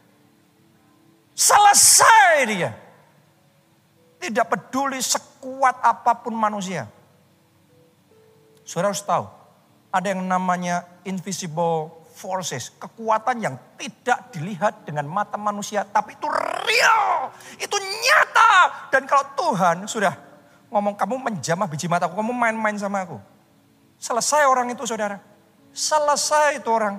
Selesai dia. Tidak peduli sekuat apapun manusia. Saudara harus tahu, ada yang namanya invisible forces. Kekuatan yang tidak dilihat dengan mata manusia, tapi itu real. Itu nyata. Dan kalau Tuhan sudah ngomong, kamu menjamah biji mataku, kamu main-main sama aku. Selesai orang itu saudara. Selesai itu orang.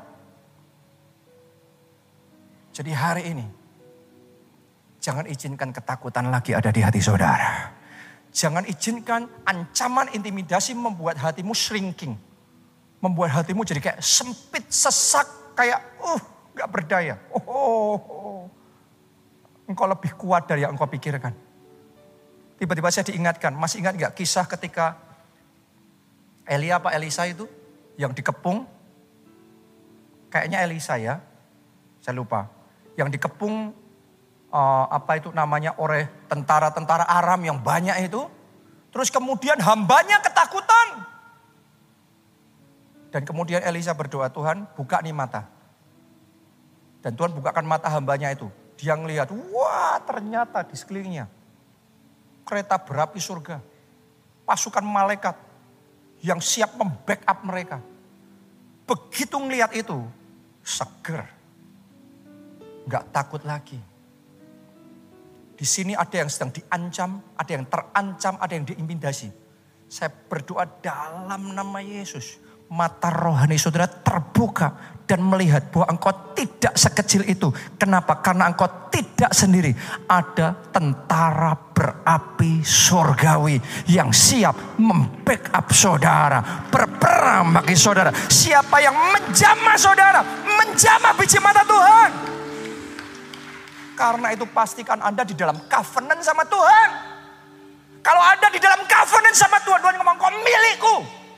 Jadi hari ini, jangan izinkan ketakutan lagi ada di hati saudara. Jangan izinkan ancaman intimidasi membuat hatimu shrinking. Membuat hatimu jadi kayak sempit, sesak, kayak gak berdaya. Engkau lebih kuat dari yang engkau pikirkan. Tiba-tiba saya diingatkan, masih ingat gak kisah ketika Elia apa Elisa itu yang dikepung? Kayaknya Elisa ya, saya lupa. Yang dikepung apa itu namanya oleh tentara-tentara Aram yang banyak itu. Terus kemudian hambanya ketakutan. Dan kemudian Elisa berdoa, Tuhan buka nih mata. Dan Tuhan bukakan mata hambanya itu. Dia ngelihat, wah ternyata di sekelilingnya kereta berapi surga. Pasukan malaikat yang siap membackup mereka. Begitu ngelihat itu, seger. Gak takut lagi. Di sini ada yang sedang diancam, ada yang terancam, ada yang diintimidasi. Saya berdoa dalam nama Yesus. Mata rohani saudara terbuka dan melihat bahwa engkau tidak sekecil itu. Kenapa? Karena engkau tidak sendiri. Ada tentara berapi surgawi yang siap membackup saudara. Berperang bagi saudara. Siapa yang menjamah saudara? Menjamah biji mata Tuhan. Karena itu pastikan Anda di dalam covenant sama Tuhan. Kalau Anda di dalam covenant sama Tuhan, Tuhan ngomong, kau milikku.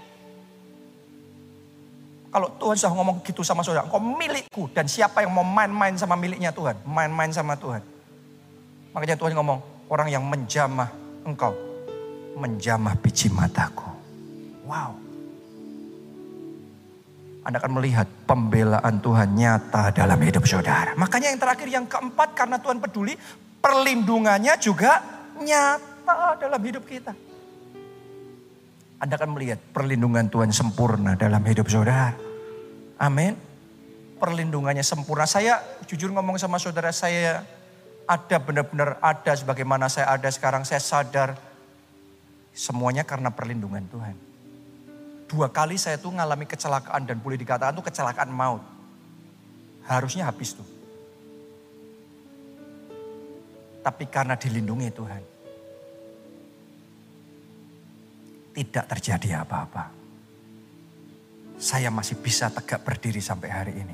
Kalau Tuhan sudah ngomong gitu sama saudara, kau milikku. Dan siapa yang mau main-main sama miliknya Tuhan? Main-main sama Tuhan. Makanya Tuhan ngomong, orang yang menjamah engkau, menjamah biji mataku. Wow. Anda akan melihat pembelaan Tuhan nyata dalam hidup saudara. Makanya yang terakhir, yang keempat, karena Tuhan peduli, perlindungannya juga nyata dalam hidup kita. Anda akan melihat perlindungan Tuhan sempurna dalam hidup saudara. Amin. Perlindungannya sempurna. Saya jujur ngomong sama saudara, saya ada benar-benar ada sebagaimana saya ada sekarang. Saya sadar semuanya karena perlindungan Tuhan. 2 kali saya tuh ngalami kecelakaan dan boleh dikatakan tuh kecelakaan maut. Harusnya habis tuh. Tapi karena dilindungi Tuhan, tidak terjadi apa-apa. Saya masih bisa tegak berdiri sampai hari ini.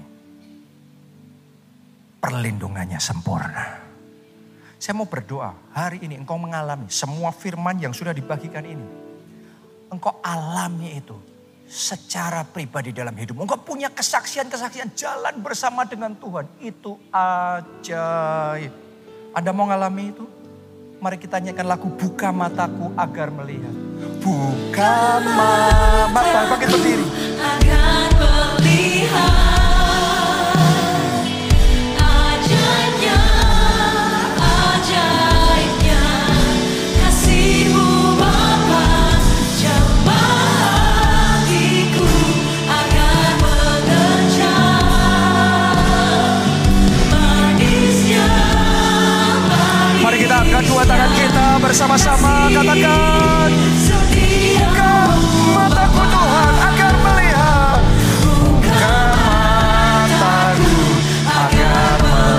Perlindungannya sempurna. Saya mau berdoa, hari ini engkau mengalami semua firman yang sudah dibagikan ini. Engkau alami itu secara pribadi dalam hidup. Engkau punya kesaksian-kesaksian jalan bersama dengan Tuhan. Itu ajaib. Anda mau ngalami itu? Mari kita nyanyikan lagu Buka Mataku Agar Melihat. Buka mata, bangkit berdiri. Agar melihat. dua tangan kita bersama-sama katakan, buka mataku Tuhan agar melihat, buka mataku agar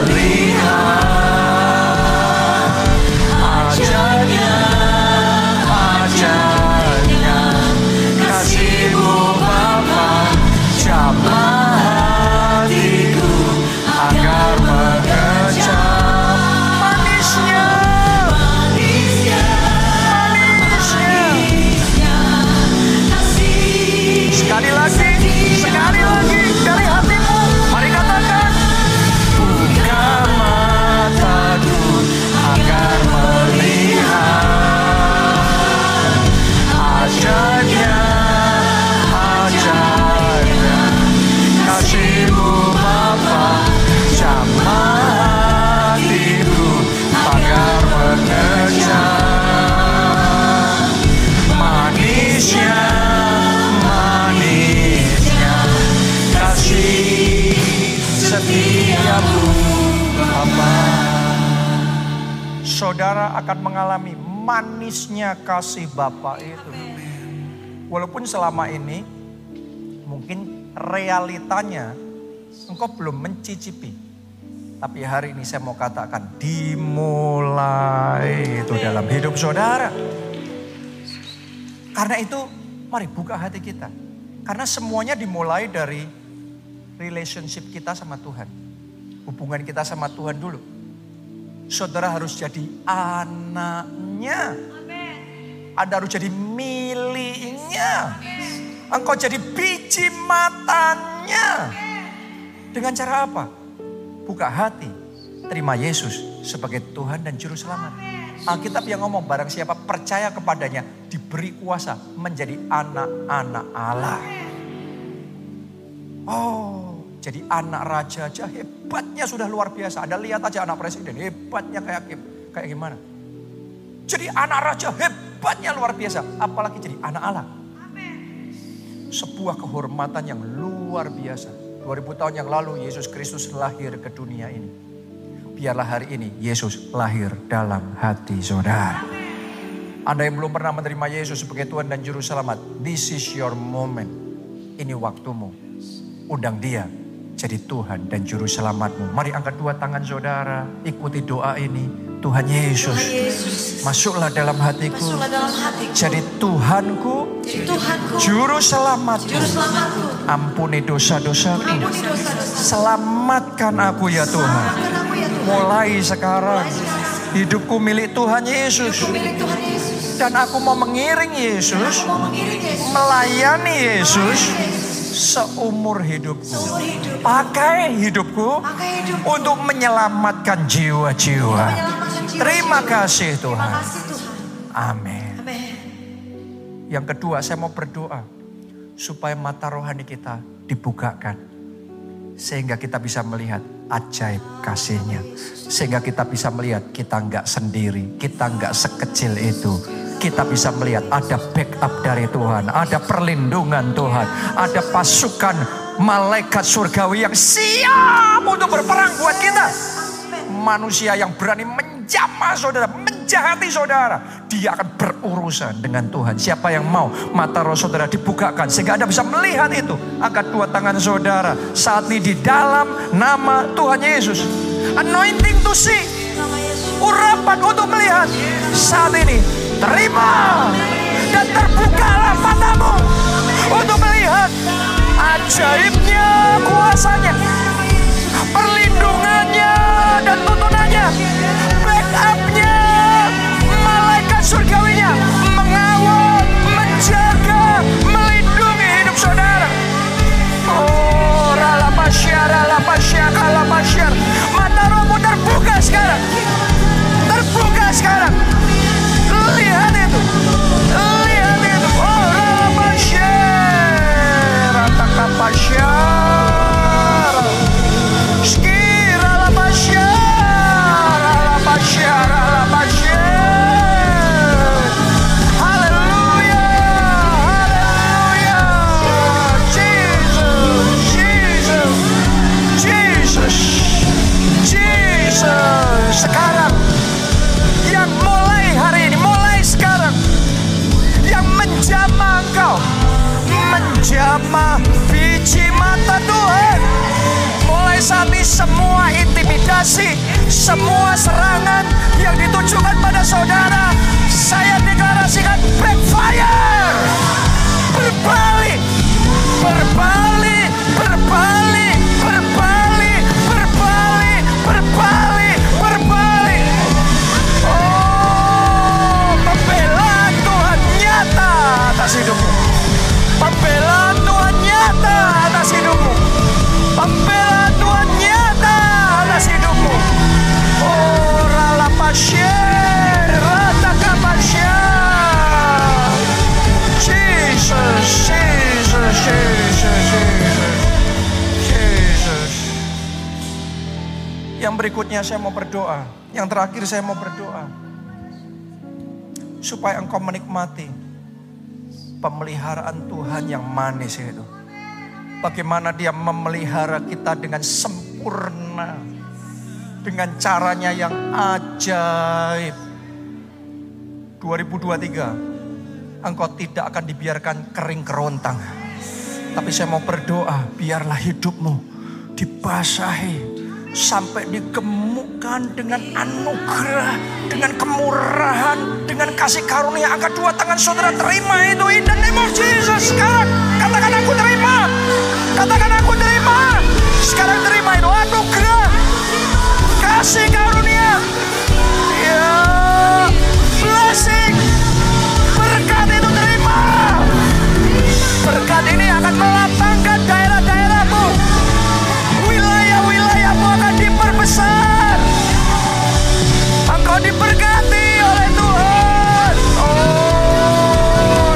melihat ajaibnya kasih-Mu Bapa, jamah hatiku agar mengejar manisnya sekali lagi dari hatimu, mari katakan, buka mataku agar melihat ajaibnya kasih-Mu Bapa, jamah hatiku agar mengejar manisnya kasih setiamu Bapa. Saudara akan mengalami manisnya kasih Bapa itu. Walaupun selama ini mungkin realitanya engkau belum mencicipi. Tapi hari ini saya mau katakan, dimulai itu dalam hidup saudara. Karena itu mari buka hati kita. Karena semuanya dimulai dari relationship kita sama Tuhan. Hubungan kita sama Tuhan dulu. Saudara harus jadi anaknya. Anda harus jadi miliknya. Engkau jadi biji matanya. Dengan cara apa? Buka hati. Terima Yesus sebagai Tuhan dan Juru Selamat. Alkitab yang ngomong, barang siapa percaya kepadanya diberi kuasa menjadi anak-anak Allah. Oh, jadi anak raja aja hebatnya sudah luar biasa. Anda lihat aja anak presiden hebatnya kayak gimana. Jadi anak raja hebatnya luar biasa. Apalagi jadi anak Allah. Sebuah kehormatan yang luar biasa. 2000 tahun yang lalu Yesus Kristus lahir ke dunia ini. Biarlah hari ini Yesus lahir dalam hati saudara. Anda yang belum pernah menerima Yesus sebagai Tuhan dan Juru Selamat, this is your moment. Ini waktumu. Undang dia jadi Tuhan dan Juru Selamatmu. Mari angkat dua tangan saudara, ikuti doa ini. Tuhan Yesus, masuklah dalam hatiku, jadi Tuhanku, Juru Selamatku. Ampuni dosa-dosaku, selamatkan aku ya Tuhan. Mulai sekarang hidupku milik Tuhan Yesus. Dan aku mau mengiring Yesus, melayani Yesus seumur hidupku. Pakai hidupku untuk menyelamatkan jiwa-jiwa. Terima kasih Tuhan. Amin. Yang kedua, saya mau berdoa supaya mata rohani kita dibukakan. Sehingga kita bisa melihat ajaib kasih-Nya. Sehingga kita bisa melihat kita enggak sendiri. Kita enggak sekecil itu. Kita bisa melihat ada backup dari Tuhan. Ada perlindungan Tuhan. Ada pasukan malaikat surgawi yang siap untuk berperang buat kita. Manusia yang berani menjamah saudara, menjahati saudara, dia akan berurusan dengan Tuhan. Siapa yang mau mata roh saudara dibukakan sehingga Anda bisa melihat itu. Angkat dua tangan saudara saat ini di dalam nama Tuhan Yesus. Anointing to see, urapan untuk melihat. Saat ini terima dan terbukalah matamu untuk melihat ajaibnya kuasanya, perlindungannya dan tuntunannya, backupnya, malaikat surgawinya mengawal, menjaga, melindungi hidup saudara. Oh, ralapasyar, mata rohmu terbuka sekarang, terbuka sekarang. Lihat itu, lihat itu. Oh, ralapasyar, ratakapasyar. Skira la pasyar, saudara, saya deklarasikan backfire. Berbalik, berbalik, berbalik, berbalik, berbalik, berbalik, berbalik. Oh, pembelaan Tuhan nyata atas hidupmu. Pembelaan Tuhan nyata atas hidupmu. Pembelaan Tuhan nyata atas hidupmu. Oh, ralapasye, ratakapasye. Jesus, Jesus, Jesus, Jesus, Jesus. Yang berikutnya saya mau berdoa. Yang terakhir saya mau berdoa. Supaya engkau menikmati pemeliharaan Tuhan yang manis itu. Bagaimana dia memelihara kita dengan sempurna. Dengan caranya yang ajaib. 2023, engkau tidak akan dibiarkan kering kerontang. Tapi saya mau berdoa, biarlah hidupmu dibasahi. Sampai digemukkan dengan anugerah, dengan kemurahan, dengan kasih karunia. Angkat dua tangan saudara, terima itu in the name of Jesus. Sekarang katakan aku terima. Katakan aku terima. Sekarang terima itu anugerah, kasih karunia. Ya, blessing, berkat itu terima. Berkat ini akan melapangkan daerah-daerahmu. Wilayah-wilayahmu akan diperbesar. Engkau diberkati oleh Tuhan. Oh,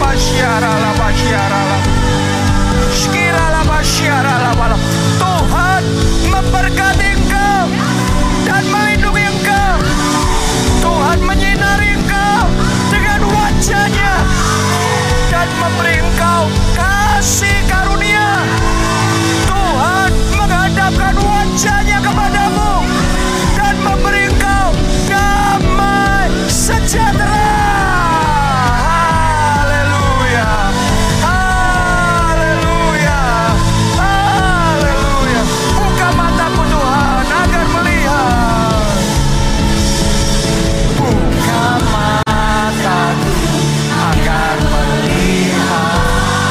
Tuhan memberkati engkau dan melindungi engkau. Tuhan menyinari engkau dengan wajahnya dan memberi engkau kasih karunia. Tuhan menghadapkan wajahnya kepadamu dan memberi engkau damai sejahtera. Haleluya, haleluya, haleluya. Buka matamu Tuhan agar melihat. Buka mataku agar melihat.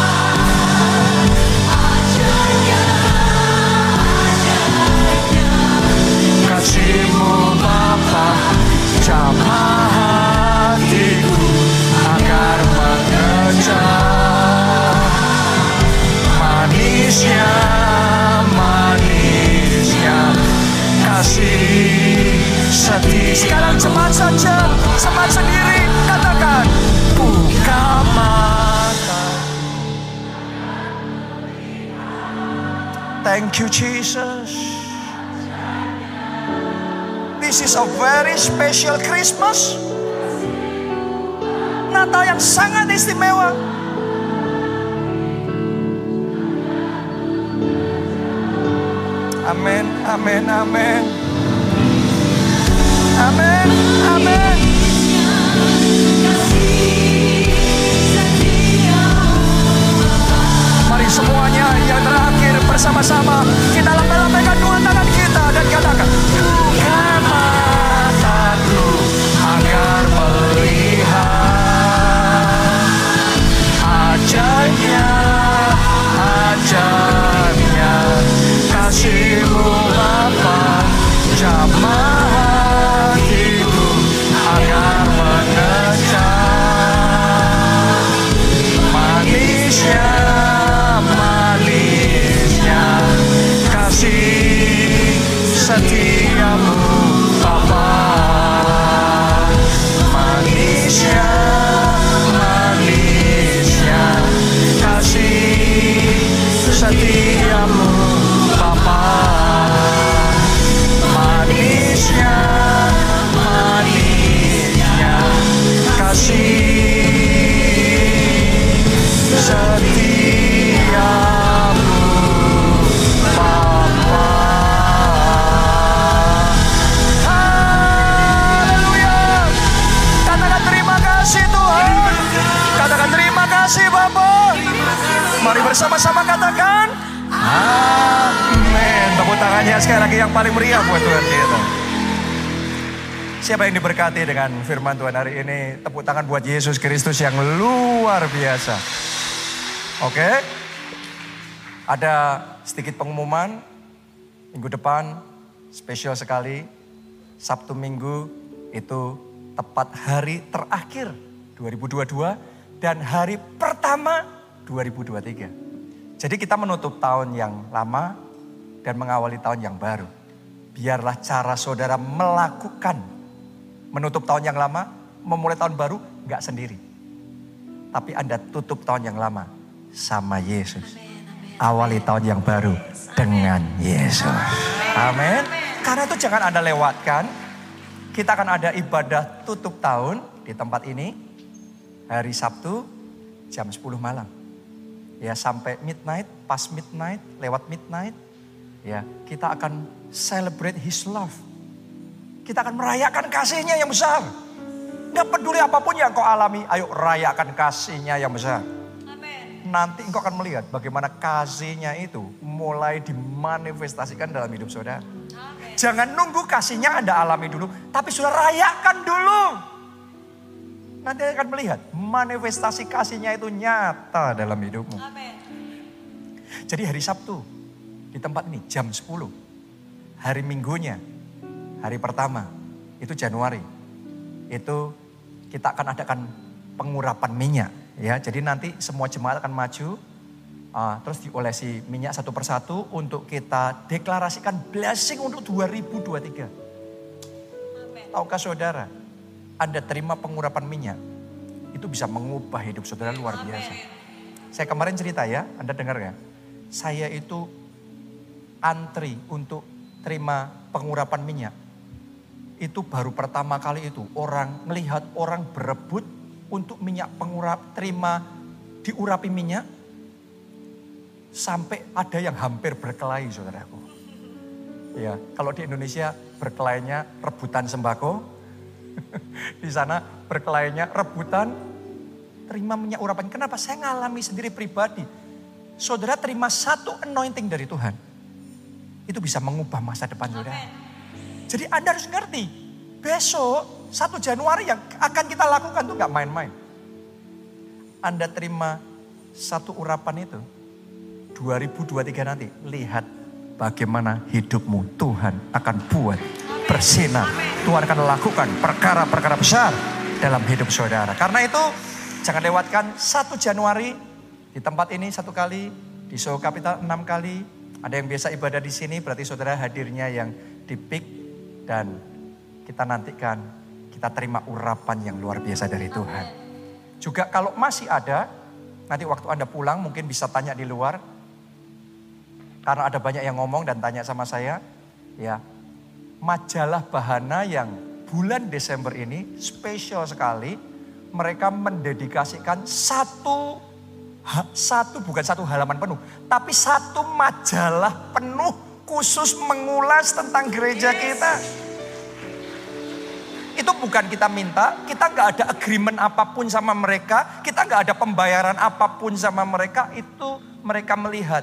Kasih-Mu Bapa, jamah hatiku agar mengejar. Manisnya, manisnya kasih setia. Sekarang cepat saja, cepat sendiri katakan, buka mata. Thank you Jesus. This is a very special Christmas. Natal yang sangat istimewa. Amin, amin, amin. Amin, amin. Mari semuanya yang terakhir bersama-sama kita lambaikan dua tangan kita dan katakan, buka mataku agar melihat ajaibnya, ajaibnya kasih-Mu Bapa, jamah hatiku agar mengejar. Manisnya, manisnya kasih setiamu Bapa. Manisnya, manisnya kasih setiamu Bapa. Manisnya, manisnya kasih setiamu Bapa. Haleluya. Katakan terima kasih Tuhan. Katakan terima kasih Bapa. Mari bersama-sama katakan amin. Tepuk tangannya sekali lagi yang paling meriah buat Tuhan kita. Siapa yang diberkati dengan firman Tuhan hari ini? Tepuk tangan buat Yesus Kristus yang luar biasa. Oke. Ada sedikit pengumuman. Minggu depan spesial sekali. Sabtu Minggu itu tepat hari terakhir 2022 dan hari pertama 2023. Jadi kita menutup tahun yang lama dan mengawali tahun yang baru. Biarlah cara saudara melakukan menutup tahun yang lama, memulai tahun baru gak sendiri. Tapi Anda tutup tahun yang lama sama Yesus. Awali tahun yang baru dengan Yesus. Amin. Karena itu jangan Anda lewatkan. Kita akan ada ibadah tutup tahun di tempat ini. Hari Sabtu jam 10 malam. Ya sampai midnight, pas midnight, lewat midnight. Ya kita akan celebrate His love. Kita akan merayakan kasih-Nya yang besar. Gak peduli apapun yang kau alami, ayo rayakan kasih-Nya yang besar. Nanti engkau akan melihat bagaimana kasih-Nya itu mulai dimanifestasikan dalam hidup saudara. Amen. Jangan nunggu kasih-Nya Anda alami dulu, tapi sudah rayakan dulu. Nanti akan melihat manifestasi kasih-Nya itu nyata dalam hidupmu. Amen. Jadi hari Sabtu di tempat ini jam 10. Hari Minggunya, hari pertama itu Januari. Itu kita akan adakan pengurapan minyak. Ya, jadi nanti semua jemaat akan maju, terus diolesi minyak satu persatu untuk kita deklarasikan blessing untuk 2023. Tahukah saudara, Anda terima pengurapan minyak, itu bisa mengubah hidup saudara luar biasa. Saya kemarin cerita ya, Anda dengar ya, saya itu antri untuk terima pengurapan minyak. Itu baru pertama kali itu orang melihat orang berebut untuk minyak terima diurapi minyak. Sampai ada yang hampir berkelahi saudaraku. Ya, kalau di Indonesia berkelainya rebutan sembako. Di sana berkelainya rebutan terima minyak urapan. Kenapa? Saya ngalami sendiri pribadi. Saudara terima satu anointing dari Tuhan. Itu bisa mengubah masa depan saudara. Jadi Anda harus ngerti. Besok 1 Januari yang akan kita lakukan itu gak main-main. Anda terima satu urapan itu. 2023 nanti. Lihat bagaimana hidupmu Tuhan akan buat bersinar. Tuhan akan lakukan perkara-perkara besar dalam hidup saudara. Karena itu jangan lewatkan 1 Januari di tempat ini 1 kali. Di Soho Capital 6 kali. Ada yang biasa ibadah di sini berarti saudara hadirnya yang di PIK. Dan kita nantikan kita terima urapan yang luar biasa dari Tuhan. Juga kalau masih ada, nanti waktu Anda pulang mungkin bisa tanya di luar. Karena ada banyak yang ngomong dan tanya sama saya. Ya, majalah Bahana yang bulan Desember ini spesial sekali. Mereka mendedikasikan bukan satu halaman penuh. Tapi satu majalah penuh khusus mengulas tentang gereja kita. Itu bukan kita minta, kita gak ada agreement apapun sama mereka, kita gak ada pembayaran apapun sama mereka, itu mereka melihat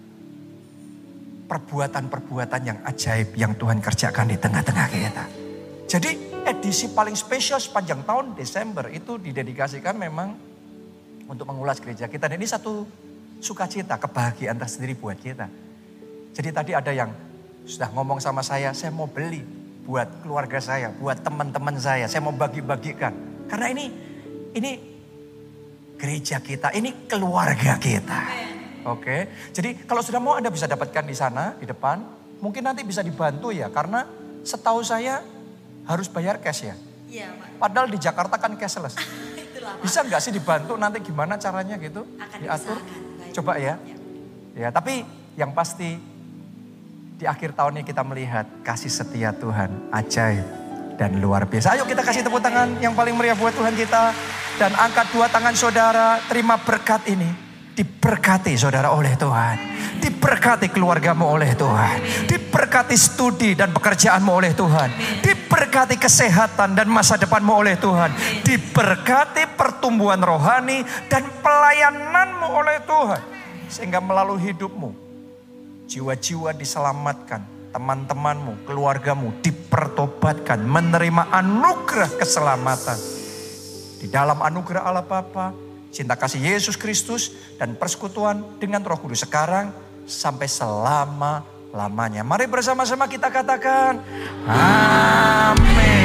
perbuatan-perbuatan yang ajaib yang Tuhan kerjakan di tengah-tengah kita. Jadi edisi paling spesial sepanjang tahun Desember itu didedikasikan memang untuk mengulas gereja kita. Dan ini satu sukacita, kebahagiaan tersendiri buat kita. Jadi tadi ada yang sudah ngomong sama saya mau beli. Buat keluarga saya, buat teman-teman saya mau bagi-bagikan. Karena ini gereja kita, ini keluarga kita. Oke, jadi kalau sudah mau Anda bisa dapatkan di sana, di depan. Mungkin nanti bisa dibantu ya, karena setahu saya harus bayar cash ya. Iya Pak. Padahal di Jakarta kan cashless. Itulah, Pak. Bisa nggak sih dibantu nanti gimana caranya gitu? Akan diatur? Coba ya. Ya, tapi yang pasti di akhir tahun ini kita melihat kasih setia Tuhan ajaib dan luar biasa. Ayo kita kasih tepuk tangan yang paling meriah buat Tuhan kita. Dan angkat 2 tangan saudara, terima berkat ini. Diberkati saudara oleh Tuhan. Diberkati keluargamu oleh Tuhan. Diberkati studi dan pekerjaanmu oleh Tuhan. Diberkati kesehatan dan masa depanmu oleh Tuhan. Diberkati pertumbuhan rohani dan pelayananmu oleh Tuhan. Sehingga melalui hidupmu jiwa-jiwa diselamatkan, teman-temanmu, keluargamu dipertobatkan, menerima anugerah keselamatan. Di dalam anugerah Allah Bapa, cinta kasih Yesus Kristus, dan persekutuan dengan Roh Kudus sekarang sampai selama-lamanya. Mari bersama-sama kita katakan, amin.